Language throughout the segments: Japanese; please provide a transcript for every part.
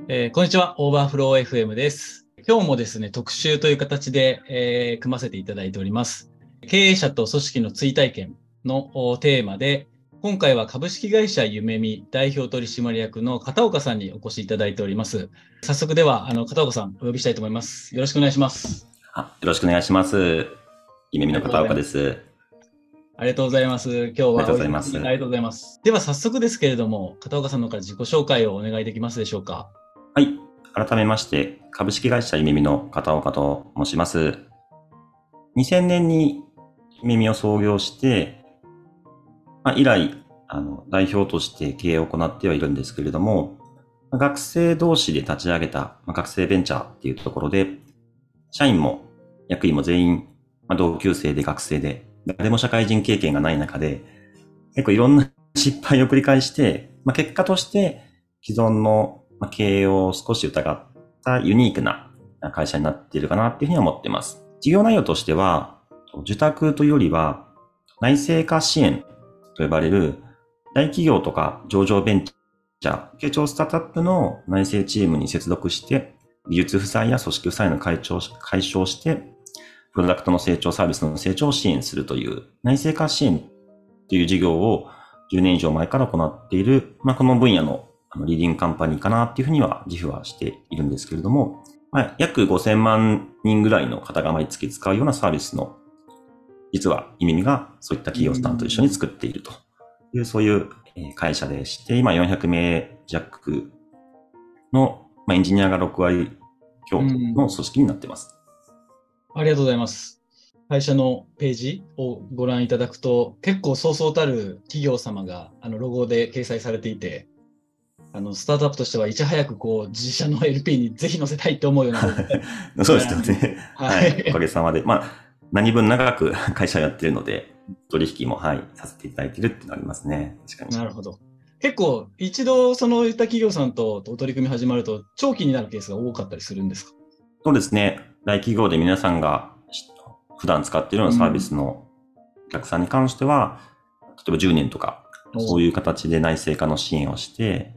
こんにちは、オーバーフロー FM です。今日もですね、特集という形で、組ませていただいております。経営者と組織の追体験のテーマで、今回は株式会社ゆめみ代表取締役の片岡さんにお越しいただいております。早速では、片岡さんお呼びしたいと思います。よろしくお願いします。 よろしくお願いします。夢見ありの片がとうございます。 岡です。 ありがとうございます。今日ありがとうごはおざいます。 忙しい中ありがとうございます。では早速ですけれども、片岡さんの方から自己紹介をお願いできますでしょうか。 はい。改めまして、株式会社夢見の片岡と申します。2000年に夢見を創業して、以来、代表として経営を行ってはいるんですけれども、学生同士で立ち上げた、学生ベンチャーっていうところで、社員も役員も全員、同級生で学生で、誰も社会人経験がない中で、結構いろんな失敗を繰り返して、結果として既存の経営を少し疑ったユニークな会社になっているかなっていうふうに思っています。事業内容としては、受託というよりは内製化支援と呼ばれる大企業とか上場ベンチャー、成長スタートアップの内製チームに接続して、技術負債や組織負債の解消して、プロダクトの成長、サービスの成長を支援するという内製化支援っていう事業を10年以上前から行っている、この分野のリーディングカンパニーかなっていうふうには自負はしているんですけれども、約5000万人ぐらいの方が毎月使うようなサービスの、実はイミミがそういった企業さんと一緒に作っているという、そういう会社でして、今400名弱のエンジニアが6割強の組織になっています。 ありがとうございます。会社のページをご覧いただくと、結構そうそうたる企業様がロゴで掲載されていて、スタートアップとしてはいち早く自社の LP にぜひ載せたいと思うようなそうですよね。はい。おかはい。 げさまで。何分長く会社をやっているので、取引も、させていただいているっていうのがありますね。確かに。 なるほど。結構、一度そういった企業さんとお取り組み始まると、長期になるケースが多かったりするんですか？ そうですね。大企業で皆さんが普段使っているようなサービスのお客さんに関しては、例えば10年とか、そういう形で内製化の支援をして、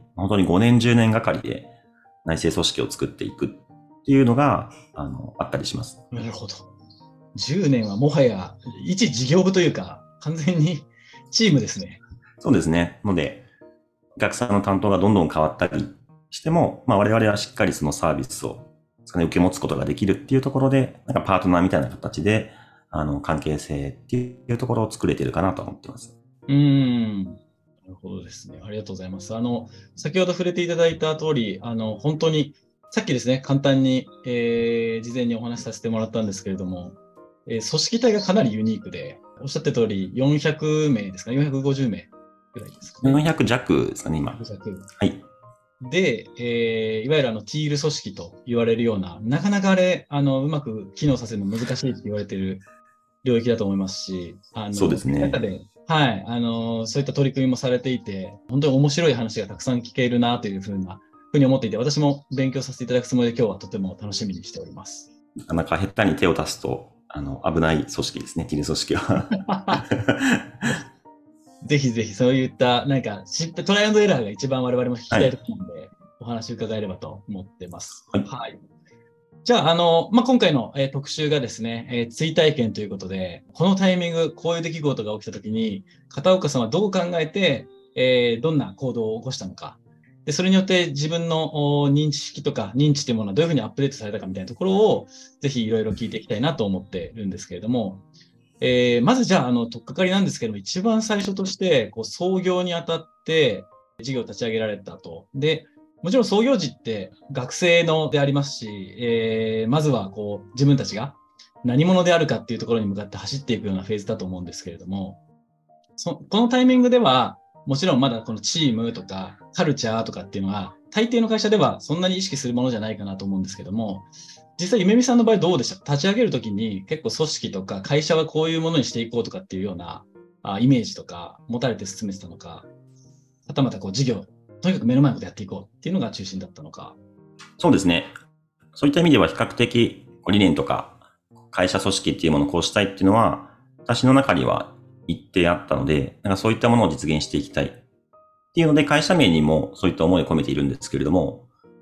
本当に5年、10年がかりで内製組織を作っていくっていうのが、あったりします。 なるほど。10年はもはや一事業部というか、完全にチームですね。 そうですね。ので、お客さんの担当がどんどん変わったりしても、我々はしっかりそのサービスを受け持つことができるっていうところで、なんかパートナーみたいな形で、関係性っていうところを作れてるかなと思ってます。 なるほどですね。ありがとうございます。先ほど触れていただいた通り、本当に、さっきですね、簡単に、事前にお話しさせてもらったんですけれども、組織体がかなりユニークで、おっしゃってた通り、400名ですか、450名ぐらいですかね。 400弱ですかね、今。はい。 で、いわゆるティール組織と言われるような、なかなかあれ、うまく機能させるの難しいって言われている領域だと思いますし、 そうですね。 中で、はい、そういった取り組みもされていて、本当に面白い話がたくさん聞けるなというふうに思っていて、私も勉強させていただくつもりで今日はとても楽しみにしております。 なかなか下手に手を出すと、危ない組織ですね、ティル組織は。 ぜひぜひそういった、なんか、トライアンドエラーが一番我々も聞きはい。 たいところなので、お話伺えればと思ってます。 はい。 はい。じゃあ、今回の、特集がですね、追体験ということで、このタイミング、こういう出来事が起きたときに、片岡さんはどう考えて、どんな行動を起こしたのか。で、それによって自分の認識とか認知というものはどういうふうにアップデートされたかみたいなところを、ぜひいろいろ聞いていきたいなと思ってるんですけれども、まずじゃあ、取っかかりなんですけども、一番最初として、創業にあたって事業を立ち上げられたと。で、もちろん創業時って学生のでありますし、まずは自分たちが何者であるかっていうところに向かって走っていくようなフェーズだと思うんですけれども、このタイミングでは、もちろんまだこのチームとかカルチャーとかっていうのは、大抵の会社ではそんなに意識するものじゃないかなと思うんですけども、実際、ゆめみさんの場合どうでした？立ち上げるときに結構組織とか会社はこういうものにしていこうとかっていうようなイメージとか持たれて進めてたのか、はたまた事業、とにかく目の前のことやっていこうっていうのが中心だったのか。 そうですね。そういった意味では比較的理念とか会社組織っていうものをこうしたいっていうのは、私の中には一定あったので、なんかそういったものを実現していきたいっていうので、会社名にもそういった思いを込めているんですけれども、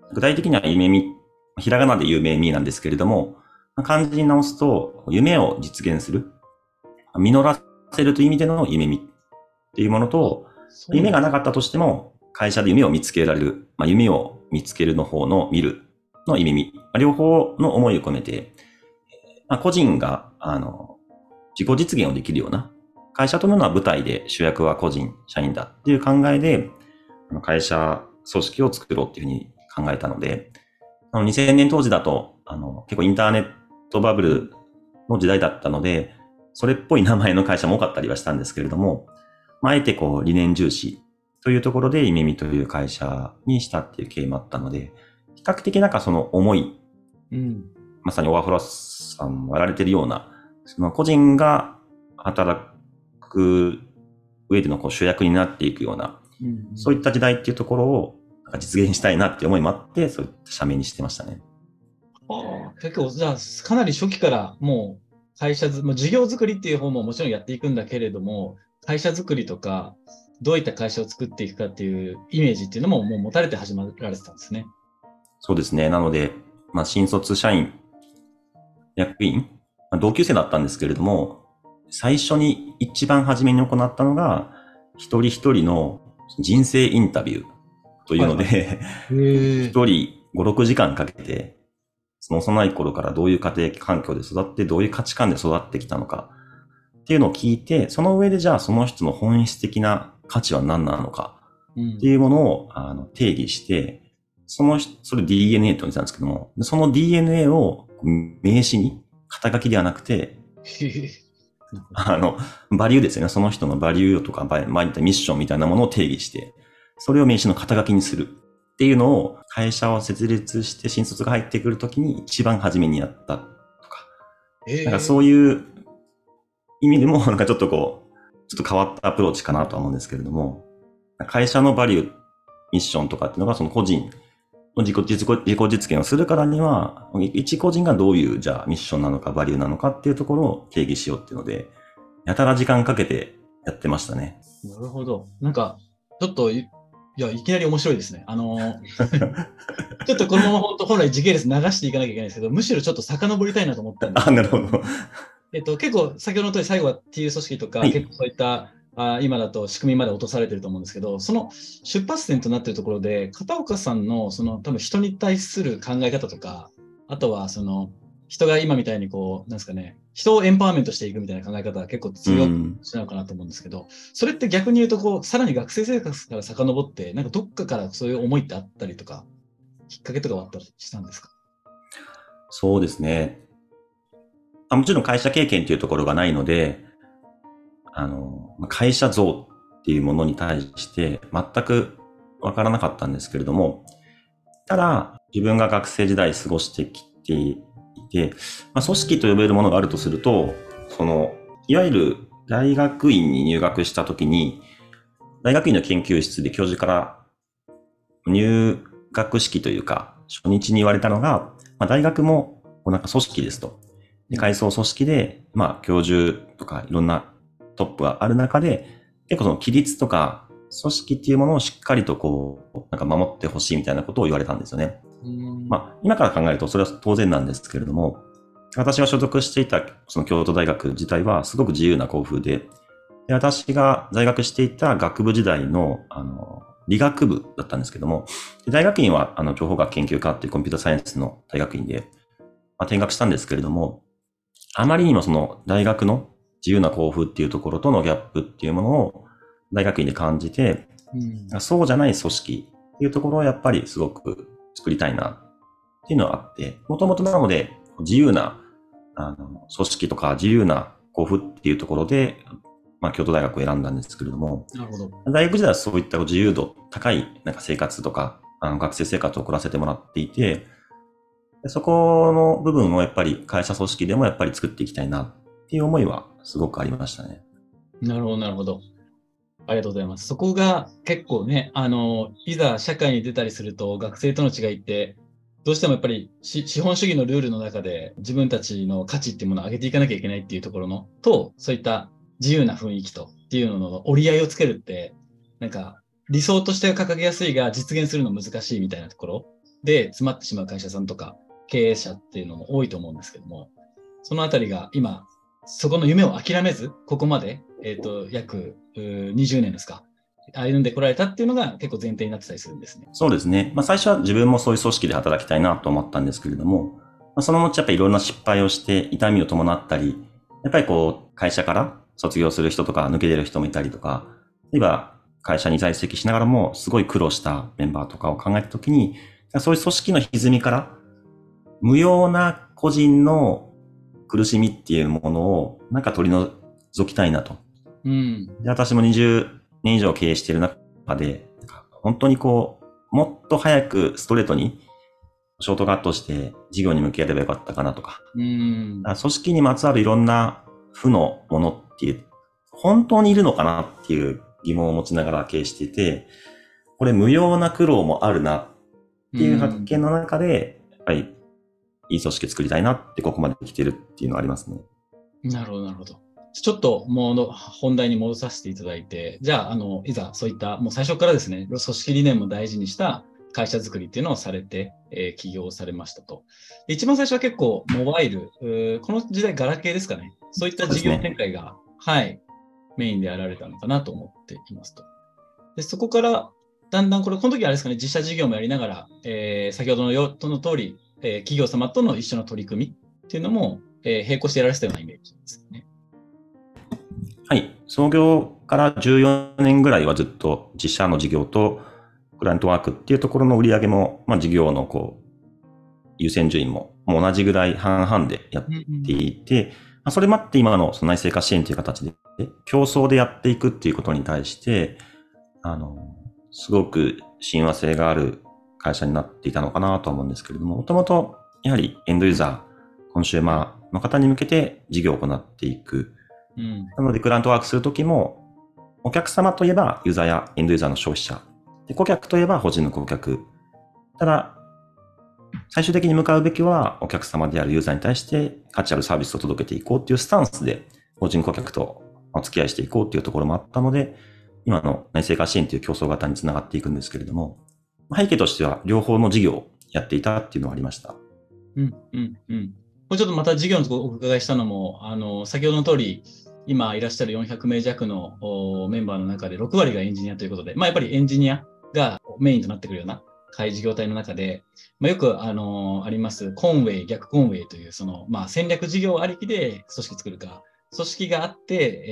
具体的には夢見、ひらがなで夢見なんですけれども、漢字に直すと、夢を実現する。実らせるという意味での夢見っていうものと、夢がなかったとしても、会社で夢を見つけられる。夢を見つけるの方の見るの夢見。両方の思いを込めて、個人が、自己実現をできるような、会社というのは舞台で主役は個人、社員だっていう考えで、会社、組織を作ろうっていうふうに考えたので、2000年当時だと、結構インターネットバブルの時代だったので、それっぽい名前の会社も多かったりはしたんですけれども、あえて理念重視というところで、夢見という会社にしたっていう経緯もあったので、比較的その思い、まさにオアフロスさんもやられているような、その個人が働く上での主役になっていくような、そういった時代っていうところを実現したいなっていう思いもあって、そういった社名にしてましたね。 結構、じゃあ、かなり初期からもう会社事業作りっていう方ももちろんやっていくんだけれども、会社作りとか、どういった会社を作っていくかっていうイメージっていうのももう持たれて始まられてたんですね。 そうですね。なので、新卒社員、役員、同級生だったんですけれども、最初に一番初めに行ったのが、一人一人の人生インタビューというので、一人5、6時間かけて、その幼い頃からどういう家庭環境で育って、どういう価値観で育ってきたのかっていうのを聞いて、その上でじゃあその人の本質的な価値は何なのかっていうものを定義して、それ DNA と言ってたんですけども、その DNA を名詞に、肩書きではなくて、バリューですよね。その人のバリューとか、ミッションみたいなものを定義して、それを名詞の肩書きにするっていうのを会社を設立して新卒が入ってくるときに一番初めにやったとか、そういう意味でもちょっと変わったアプローチかなとは思うんですけれども、会社のバリュー、ミッションとかっていうのがその個人の自己実現をするからには、一個人がどういうじゃあミッションなのかバリューなのかっていうところを定義しようっていうので、やたら時間かけてやってましたね。 なるほど。ちょっと、いきなり面白いですね。ちょっとこのまま本来時系列流していかなきゃいけないんですけど、むしろちょっと遡りたいなと思ったんです。 なるほど。 結構、先ほどの通り最後は TU 組織とか、結構そういった今だと仕組みまで落とされてると思うんですけど、その出発点となっているところで、片岡さんの多分人に対する考え方とか、あとは人が今みたいになんですかね、人をエンパワーメントしていくみたいな考え方は結構強くしなのかなと思うんですけど、それって逆に言うとさらに学生生活から遡って、どっかからそういう思いってあったりとか、きっかけとかはあったりしたんですか？ そうですね。もちろん会社経験というところがないので、会社像っていうものに対して全くわからなかったんですけれども、ただ自分が学生時代過ごしてきていて、組織と呼べるものがあるとすると、いわゆる大学院に入学したときに、大学院の研究室で教授から入学式というか、初日に言われたのが、大学も組織ですと。で、階層組織で、教授とかいろんなトップがある中で、結構規律とか組織っていうものをしっかりと守ってほしいみたいなことを言われたんですよね。今から考えるとそれは当然なんですけれども、私が所属していたその京都大学自体はすごく自由な校風で、私が在学していた学部時代の、理学部だったんですけども、大学院は情報学研究科っていうコンピュータサイエンスの大学院で、転学したんですけれども、あまりにも大学の自由な校風っていうところとのギャップっていうものを大学院で感じて、そうじゃない組織っていうところをやっぱりすごく作りたいなっていうのはあって、もともとなので自由な組織とか自由な校風っていうところで、京都大学を選んだんですけれども、 なるほど。 大学時代はそういった自由度高い生活とか学生生活を送らせてもらっていて、そこの部分をやっぱり会社組織でもやっぱり作っていきたいなっていう思いはすごくありましたね。 なるほど、なるほど。ありがとうございます。そこが結構ね、いざ社会に出たりすると学生との違いって、どうしてもやっぱり資本主義のルールの中で自分たちの価値っていうものを上げていかなきゃいけないっていうところのと、そういった自由な雰囲気とっていうのの折り合いをつけるって、理想として掲げやすいが実現するの難しいみたいなところで詰まってしまう会社さんとか経営者っていうのも多いと思うんですけども、そのあたりが今、そこの夢を諦めず、ここまで、約20年ですか、歩んでこられたっていうのが結構前提になってたりするんですね。 そうですね。最初は自分もそういう組織で働きたいなと思ったんですけれども、その後やっぱりいろんな失敗をして痛みを伴ったり、やっぱり会社から卒業する人とか抜け出る人もいたりとか、例えば会社に在籍しながらもすごい苦労したメンバーとかを考えたときに、そういう組織の歪みから無用な個人の苦しみっていうものをなんか取り除きたいなと。で、私も20年以上経営している中で、本当にもっと早くストレートにショートカットして事業に向き合えればよかったかなとか。組織にまつわるいろんな負のものっていう、本当にいるのかなっていう疑問を持ちながら経営していて、これ無用な苦労もあるなっていう発見の中で、やっぱりいい組織作りたいなってここまで来てるっていうのはありますね。 なるほど、なるほど。ちょっともう本題に戻させていただいて、じゃあ、いざそういったもう最初からですね、組織理念も大事にした会社作りっていうのをされて、起業されましたと。一番最初は結構モバイル、この時代ガラケーですかね。そういった事業展開が、はい、メインでやられたのかなと思っていますと。で、そこからだんだんこの時はあれですかね、自社事業もやりながら、先ほどの用途の通り、企業様との一緒の取り組みっていうのも、並行してやられてたようなイメージですね。 はい。創業から14年ぐらいはずっと自社の事業とクライアントワークっていうところの売り上げも、事業の優先順位も同じぐらい半々でやっていて、それもあって今の内製化支援という形で競争でやっていくっていうことに対して、すごく親和性がある会社になっていたのかなと思うんですけれども、もともとやはりエンドユーザー、コンシューマーの方に向けて事業を行っていく。なので、クライアントワークするときも、お客様といえばユーザーやエンドユーザーの消費者。で、顧客といえば法人の顧客。ただ、最終的に向かうべきはお客様であるユーザーに対して価値あるサービスを届けていこうっていうスタンスで法人顧客とお付き合いしていこうっていうところもあったので、今の内製化支援という競争型につながっていくんですけれども、背景としては両方の事業をやっていたっていうのはありました。 これちょっとまた事業のところお伺いしたのも、先ほどの通り、今いらっしゃる400名弱のメンバーの中で6割がエンジニアということで、やっぱりエンジニアがメインとなってくるような事業体の中で、よくありますコンウェイ、逆コンウェイという戦略事業ありきで組織作るか、組織があって、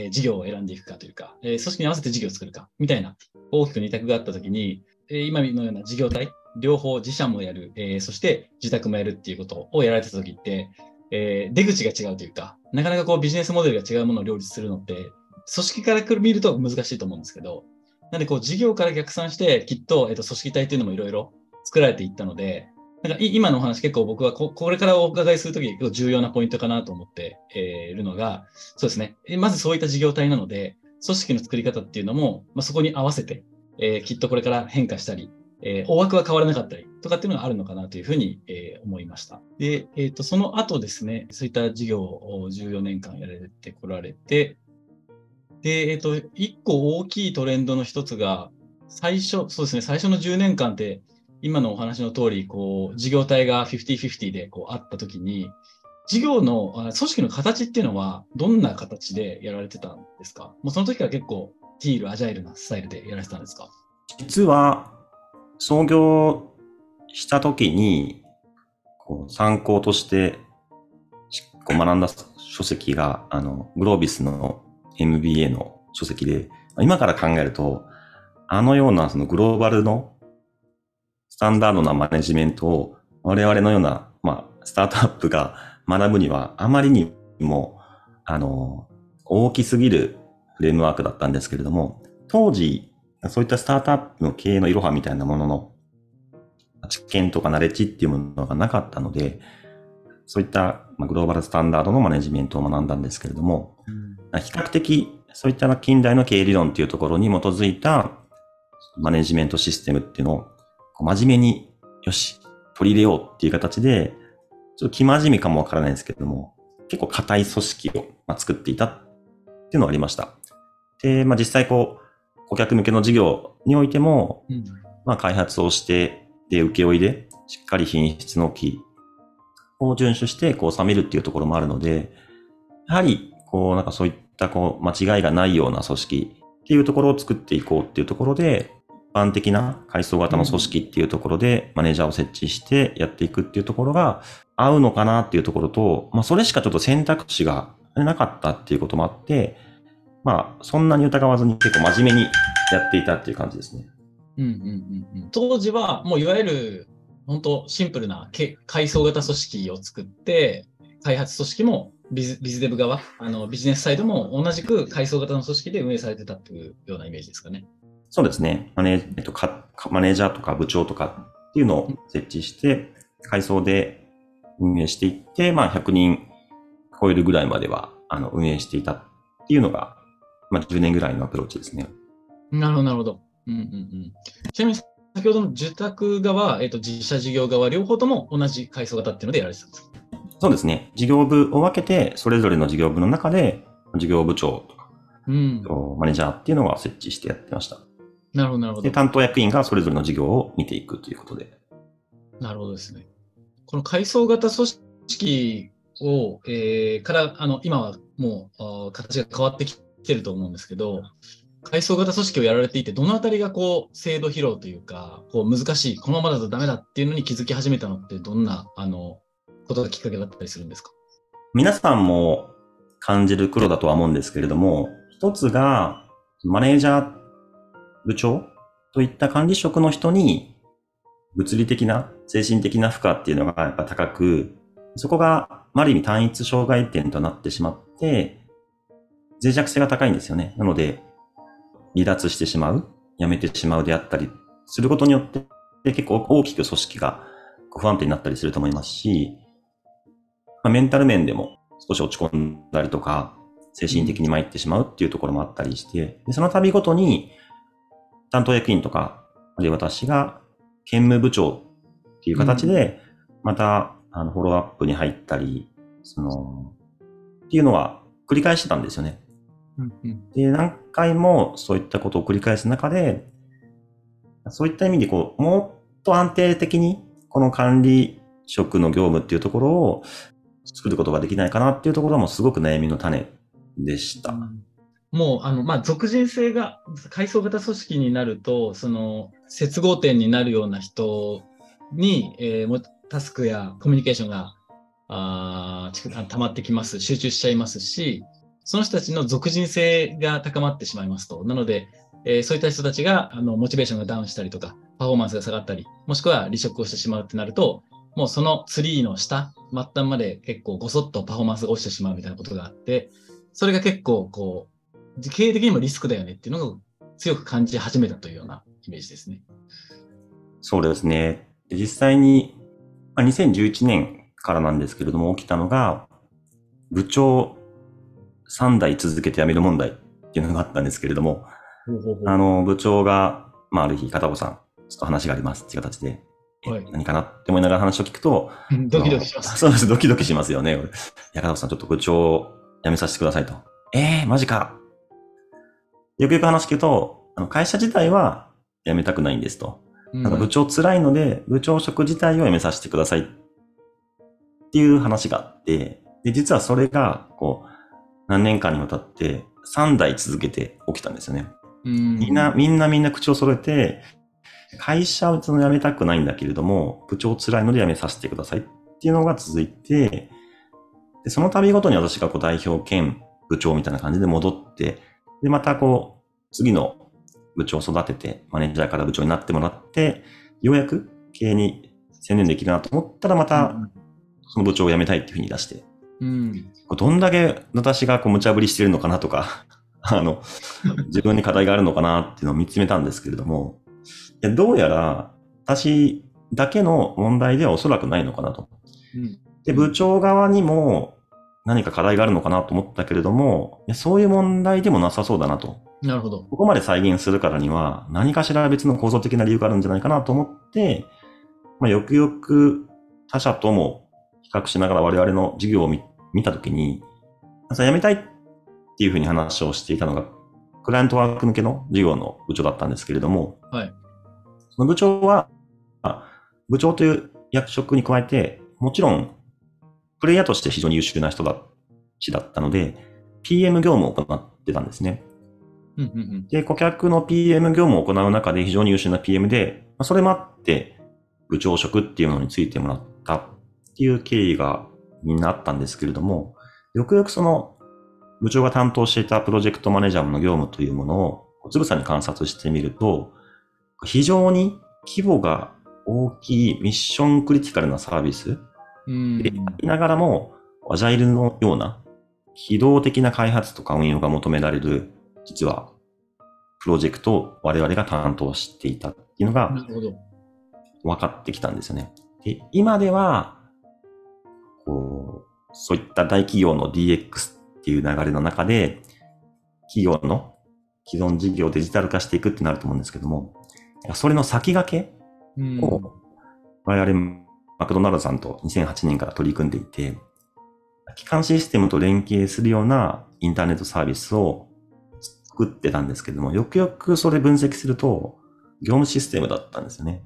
事業を選んでいくかというか、組織に合わせて事業を作るかみたいな大きく2択があったときに、今のような事業体、両方自社もやる、そして自宅もやるっていうことをやられたときって、出口が違うというか、なかなかビジネスモデルが違うものを両立するのって、組織から見ると難しいと思うんですけど、なんで事業から逆算して、きっと、組織体っていうのもいろいろ作られていったので、今のお話結構僕はこれからお伺いするとき重要なポイントかなと思っているのが、そうですね。まずそういった事業体なので、組織の作り方っていうのも、そこに合わせて、きっとこれから変化したり、大枠は変わらなかったりとかっていうのがあるのかなというふうに、思いました。で、その後ですね、そういった事業を14年間やられてこられて、で、一個大きいトレンドの一つが、そうですね、最初の10年間って、今のお話の通り、事業体が50-50であったときに、事業の組織の形っていうのは、どんな形でやられてたんですか？もうその時から結構、ティール、アジャイルなスタイルでやられてたんですか？ 実は、創業した時に、参考として学んだ書籍が、グロービスの MBA の書籍で、今から考えると、あのようなグローバルのスタンダードなマネジメントを我々のような、スタートアップが学ぶにはあまりにも、大きすぎるフレームワークだったんですけれども、当時、そういったスタートアップの経営のいろはみたいなものの知見とかナレッジっていうものがなかったので、そういったグローバルスタンダードのマネジメントを学んだんですけれども、比較的そういった近代の経営理論っていうところに基づいたマネジメントシステムっていうのを真面目によし取り入れようっていう形で、ちょっと生真面目かもわからないんですけれども、結構硬い組織を作っていたっていうのがありました。で、実際顧客向けの事業においても、開発をしてで、請負でしっかり品質の木を遵守してこう納めるっていうところもあるので、やはりこうなんかそういったこう間違いがないような組織っていうところを作っていこうっていうところで、一般的な階層型の組織っていうところでマネージャーを設置してやっていくっていうところが合うのかなっていうところと、それしかちょっと選択肢がなかったっていうこともあって、そんなに疑わずに結構真面目にやっていたっていう感じですね。 当時はもういわゆる本当シンプルな階層型組織を作って、開発組織もビズデブ側、ビジネスサイドも同じく階層型の組織で運営されてたというようなイメージですかね。 そうですね。マネージャーとか部長とかっていうのを設置して、階層で運営していって、100人超えるぐらいまでは運営していたっていうのが、10年ぐらいのアプローチですね。 なるほど、なるほど。ちなみに先ほどの受託側、自社事業側、両方とも同じ階層型っていうのでやられてたんですか？ そうですね。事業部を分けて、それぞれの事業部の中で、事業部長とか、マネージャーっていうのは設置してやってました。 なるほど、なるほど。 で、担当役員がそれぞれの事業を見ていくということで。 なるほどですね。この階層型組織を、から今はもう形が変わってきてると思うんですけど、階層型組織をやられていて、どのあたりがこう制度疲労というか、こう難しい、このままだとダメだっていうのに気づき始めたのって、どんなことがきっかけだったりするんですか？ 皆さんも感じる苦労だとは思うんですけれども、一つがマネージャー、部長といった管理職の人に物理的な、精神的な負荷っていうのがやっぱ高く、そこがある意味単一障害点となってしまって、脆弱性が高いんですよね。なので、離脱してしまう、辞めてしまうであったりすることによって、結構大きく組織が不安定になったりすると思いますし、メンタル面でも少し落ち込んだりとか、精神的に参ってしまうっていうところもあったりして、でその度ごとに担当役員とか、あるいは私が兼務部長っていう形で、またフォローアップに入ったり、っていうのは繰り返してたんですよね。で、何回もそういったことを繰り返す中で、そういった意味でもっと安定的にこの管理職の業務っていうところを作ることができないかなっていうところもすごく悩みの種でした。 もう、属人性が階層型組織になると、接合点になるような人に、タスクやコミュニケーションが溜まってきます、集中しちゃいますし、その人たちの属人性が高まってしまいますと。なので、そういった人たちがモチベーションがダウンしたりとか、パフォーマンスが下がったり、もしくは離職をしてしまうってなると、もうそのツリーの下、末端まで結構ごそっとパフォーマンスが落ちてしまうみたいなことがあって、それが結構経営的にもリスクだよねっていうのを強く感じ始めたというようなイメージですね。 そうですね。実際に、2011年からなんですけれども起きたのが、部長3代続けて辞める問題っていうのがあったんですけれども、部長が、ある日、片岡さん、ちょっと話がありますっていう形で、何かなって思いながら話を聞くと、 ドキドキします。 そうです、ドキドキしますよね。片岡さん、ちょっと部長辞めさせてくださいと。マジか。よくよく話聞くと、会社自体は辞めたくないんですと。部長辛いので、部長職自体を辞めさせてくださいっていう話があって、で、実はそれが、何年間にわたって3代続けて起きたんですよね。みんな口を揃えて、会社を辞めたくないんだけれども、部長辛いので辞めさせてくださいっていうのが続いて、でその度ごとに私が代表兼部長みたいな感じで戻って、で、また次の部長を育てて、マネージャーから部長になってもらって、ようやく経営に専念できるなと思ったら、またその部長を辞めたいっていうふうに出して、どんだけ私が無茶ぶりしてるのかなとか、自分に課題があるのかなっていうのを見つめたんですけれども、どうやら私だけの問題ではおそらくないのかなと。で、部長側にも何か課題があるのかなと思ったけれども、そういう問題でもなさそうだなと。 なるほど。 ここまで再現するからには何かしら別の構造的な理由があるんじゃないかなと思って、よくよく他社とも比較しながら我々の事業を見たときに、辞めたいっていうふうに話をしていたのが、クライアントワーク向けの事業の部長だったんですけれども、その部長は、 部長という役職に加えて、もちろん、プレイヤーとして非常に優秀な人だったので、PM 業務を行ってたんですね。で、顧客の PM 業務を行う中で非常に優秀な PM で、それもあって部長職っていうものについてもらったっていう経緯がみんなあったんですけれども、よくよくその部長が担当していたプロジェクトマネージャーの業務というものをつぶさに観察してみると、非常に規模が大きいミッションクリティカルなサービスでありながらも、アジャイルのような機動的な開発とか運用が求められる、実はプロジェクトを我々が担当していたっていうのが分かってきたんですよね。で、今ではそういった大企業の DX っていう流れの中で、企業の既存事業をデジタル化していくってなると思うんですけども、それの先駆けを我々マクドナルドさんと2008年から取り組んでいて、基幹システムと連携するようなインターネットサービスを作ってたんですけども、よくよくそれ分析すると、業務システムだったんですよね。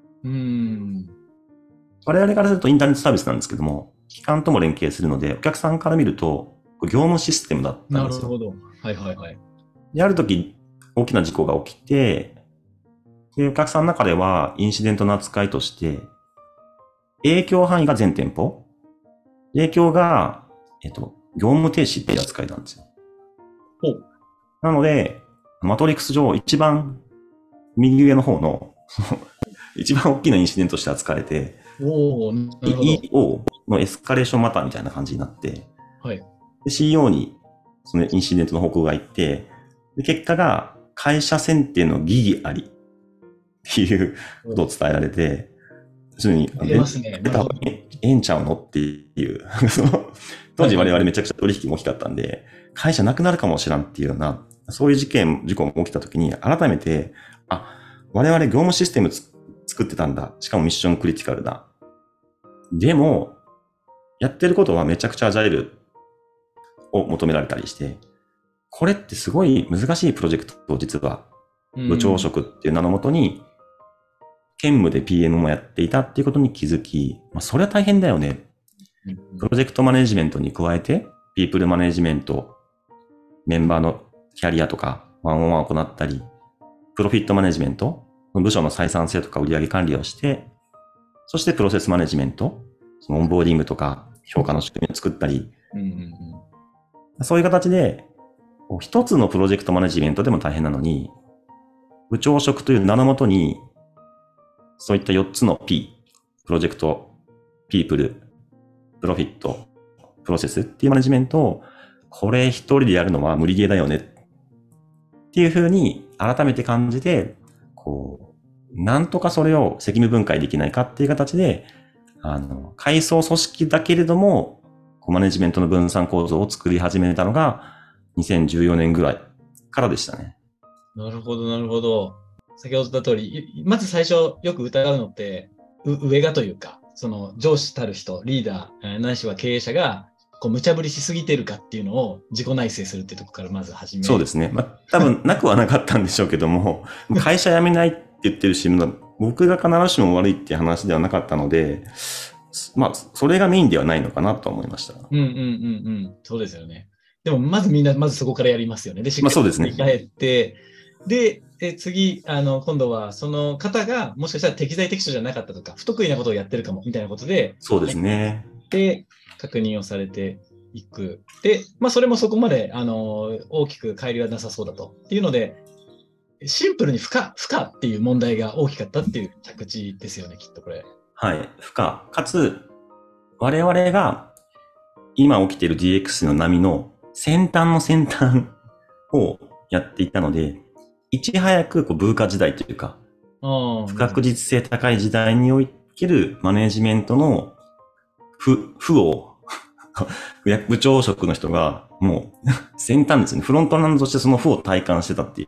我々からするとインターネットサービスなんですけども、機関とも連携するので、お客さんから見ると、業務システムだったんですよ。 なるほど。はいはいはい。 で、ある時、大きな事故が起きて、で、お客さんの中では、インシデントの扱いとして、影響範囲が全店舗、影響が、業務停止っていう扱いなんですよ。なので、マトリックス上、一番右上の方の一番大きなインシデントとして扱われて、EO のエスカレーションマターみたいな感じになって、 はい、 で CEO にそのインシデントの報告が行って、で結果が会社選定の疑義ありっていうことを伝えられて、要するに、出た方がええんちゃうのっていう当時我々めちゃくちゃ取引も大きかったんで、会社なくなるかもしらんっていうような、そういう事故が起きたときに、改めて、我々業務システム作ってたんだ。しかもミッションクリティカルだ。でも、やってることはめちゃくちゃアジャイルを求められたりして、これってすごい難しいプロジェクトを実は、部長職っていう名のもとに、兼務で PM もやっていたっていうことに気づき、それは大変だよね。プロジェクトマネジメントに加えて、ピープルマネジメント、メンバーのキャリアとか、ワンオンワンを行ったり、プロフィットマネジメント、部署の採算性とか売上管理をして、そしてプロセスマネジメント、そのオンボーディングとか評価の仕組みを作ったり、そういう形で、一つのプロジェクトマネジメントでも大変なのに、部長職という名のもとに、そういった4つの P、プロジェクト、ピープル、プロフィット、プロセスっていうマネジメントを、これ一人でやるのは無理ゲーだよねっていうふうに改めて感じて、なんとかそれを責務分解できないかっていう形で、階層組織だけれども、マネジメントの分散構造を作り始めたのが2014年ぐらいからでしたね。 なるほど、なるほど。先ほど言った通り、まず最初よく疑うのって、上がというか、その上司たる人、リーダー、ないしは経営者が、無茶ぶりしすぎてるかっていうのを自己内省するっていうところからまず始める。 そうですね。多分なくはなかったんでしょうけども、会社辞めないって言ってるし、僕が必ずしも悪いっていう話ではなかったので、それがメインではないのかなと思いました。 そうですよね。でも、まずそこからやりますよね。で、しっかりそうですね。 帰って、で、次、今度はその方がもしかしたら適材適所じゃなかったとか、不得意なことをやってるかもみたいなことで、 そうですね。 で、確認をされていく。で、それもそこまで、大きく乖離はなさそうだと。っていうので、シンプルに負荷っていう問題が大きかったっていう着地ですよね、きっとこれ。 はい。負荷。かつ、我々が今起きている DX の波の先端の先端をやっていたので、いち早くブーカ時代というか、不確実性高い時代におけるマネジメントの負を部長職の人がもう先端ですね。フロントランドとしてその負を体感してたっていう、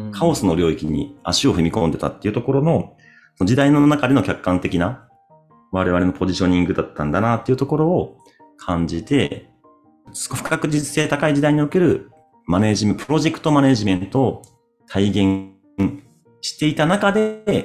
カオスの領域に足を踏み込んでたっていうところの、その時代の中での客観的な我々のポジショニングだったんだなっていうところを感じて、不確実性高い時代におけるプロジェクトマネジメントを体現していた中で、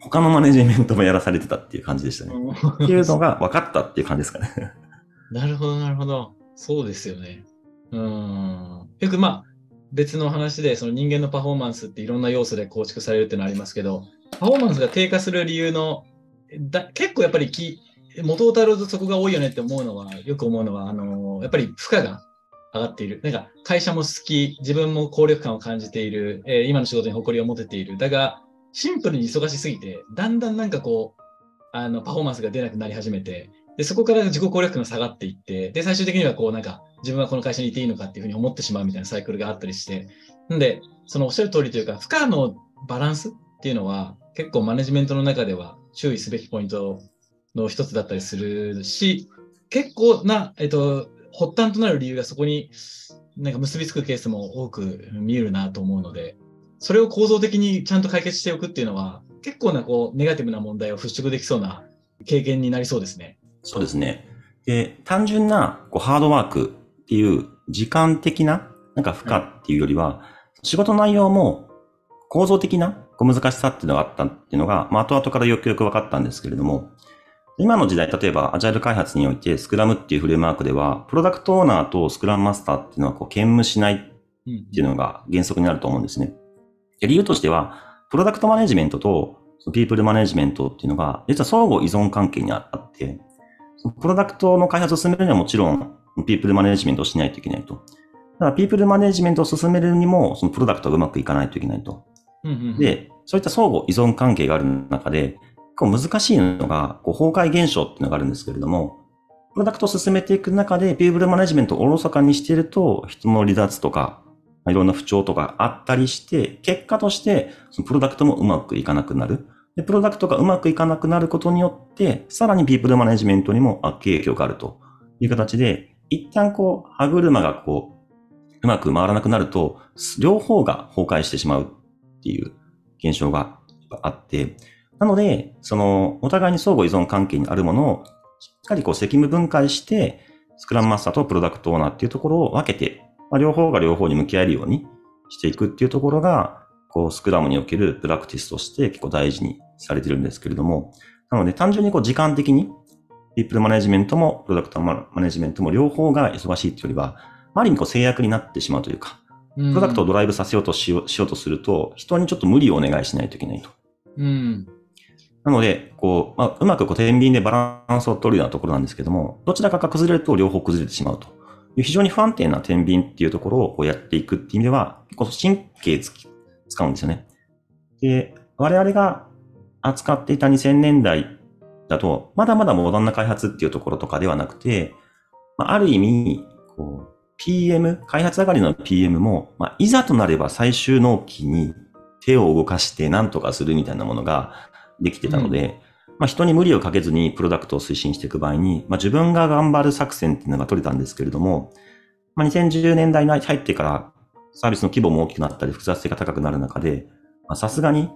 他のマネジメントもやらされてたっていう感じでしたね。っていうのが分かったっていう感じですかね。 なるほど、なるほど。そうですよね。よくまあ、別の話で、その人間のパフォーマンスっていろんな要素で構築されるっていうのはありますけど、パフォーマンスが低下する理由の、結構やっぱり元をたるとそこが多いよねって思うのは、よく思うのは、やっぱり負荷が上がっている。なんか、会社も好き、自分も効力感を感じている、今の仕事に誇りを持てている。だが、シンプルに忙しすぎて、だんだんなんかこう、パフォーマンスが出なくなり始めて、で、そこから自己効力感が下がっていって、で、最終的にはこうなんか、自分はこの会社にいていいのかっていうふうに思ってしまうみたいなサイクルがあったりして、んで、そのおっしゃる通りというか、負荷のバランスっていうのは、結構マネジメントの中では注意すべきポイントの一つだったりするし、結構な、発端となる理由がそこになんか結びつくケースも多く見えるなと思うので、それを構造的にちゃんと解決しておくっていうのは、結構なこうネガティブな問題を払拭できそうな経験になりそうですね。 そうですね。で、単純なハードワークっていう時間的ななんか負荷っていうよりは、仕事内容も構造的な難しさっていうのがあったっていうのが、後々からよくよく分かったんですけれども、今の時代、例えばアジャイル開発においてスクラムっていうフレームワークでは、プロダクトオーナーとスクラムマスターっていうのは兼務しないっていうのが原則になると思うんですね。で、理由としては、プロダクトマネジメントとピープルマネジメントっていうのが、実は相互依存関係にあって、プロダクトの開発を進めるにはもちろん、ピープルマネジメントをしないといけないと。だから、ピープルマネジメントを進めるにも、そのプロダクトがうまくいかないといけないと。で、そういった相互依存関係がある中で、難しいのが、崩壊現象っていうのがあるんですけれども、プロダクトを進めていく中で、ピープルマネジメントをおろそかにしていると、人の離脱とか、いろんな不調とかあったりして、結果として、そのプロダクトもうまくいかなくなる。で、プロダクトがうまくいかなくなることによって、さらにピープルマネジメントにも悪影響があるという形で、一旦歯車がうまく回らなくなると、両方が崩壊してしまうっていう現象があって、なので、お互いに相互依存関係にあるものを、しっかり責務分解して、スクラムマスターとプロダクトオーナーっていうところを分けて、両方が両方に向き合えるようにしていくっていうところが、スクラムにおけるプラクティスとして結構大事にされてるんですけれども、なので単純に時間的に、ピープルマネジメントもプロダクトマネジメントも両方が忙しいっていうよりは、ある意味制約になってしまうというか、プロダクトをドライブさせようとしようとすると、人にちょっと無理をお願いしないといけないと。なので、うまく天秤でバランスを取るようなところなんですけども、どちらかが崩れると両方崩れてしまうという非常に不安定な天秤っていうところをやっていくっていう意味では、神経使うんですよね。で、我々が扱っていた2000年代だと、まだまだモダンな開発っていうところとかではなくて、ある意味、PM、開発上がりの PM も、いざとなれば最終納期に手を動かして何とかするみたいなものができてたので、人に無理をかけずにプロダクトを推進していく場合に、自分が頑張る作戦っていうのが取れたんですけれども、2010年代に入ってからサービスの規模も大きくなったり複雑性が高くなる中で、さすがに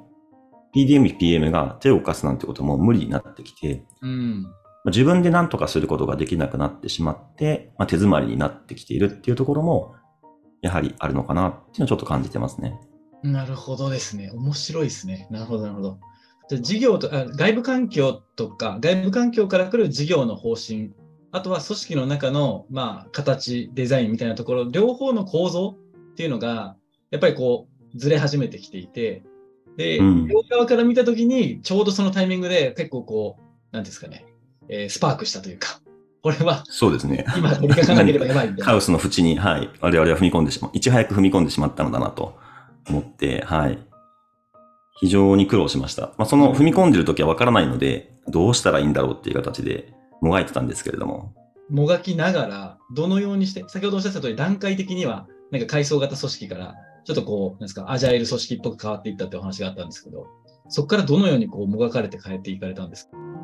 PDM、PM が手を動かすなんてことも無理になってきて、自分で何とかすることができなくなってしまって、手詰まりになってきているっていうところも、やはりあるのかなっていうのをちょっと感じてますね。 なるほどですね。面白いですね。なるほど、なるほど。事業と外部環境とか、外部環境から来る事業の方針、あとは組織の中の、形、デザインみたいなところ、両方の構造っていうのが、やっぱりずれ始めてきていて、で、両側から見たときに、ちょうどそのタイミングで結構なんですかね、スパークしたというか、これは、 そうですね。 今取り掛かなければやばいみたいな。 ハウスの縁に、はい、我々は踏み込んでいち早く踏み込んでしまったのだなと思って、はい。非常に苦労しました。その踏み込んでるときはわからないので、どうしたらいいんだろうっていう形でもがいてたんですけれども。 もがきながら、どのようにして、先ほどおっしゃった通り、段階的には、なんか階層型組織から、ちょっとなんですか、アジャイル組織っぽく変わっていったってお話があったんですけど、そこからどのようにもがかれて変えていかれたんですか？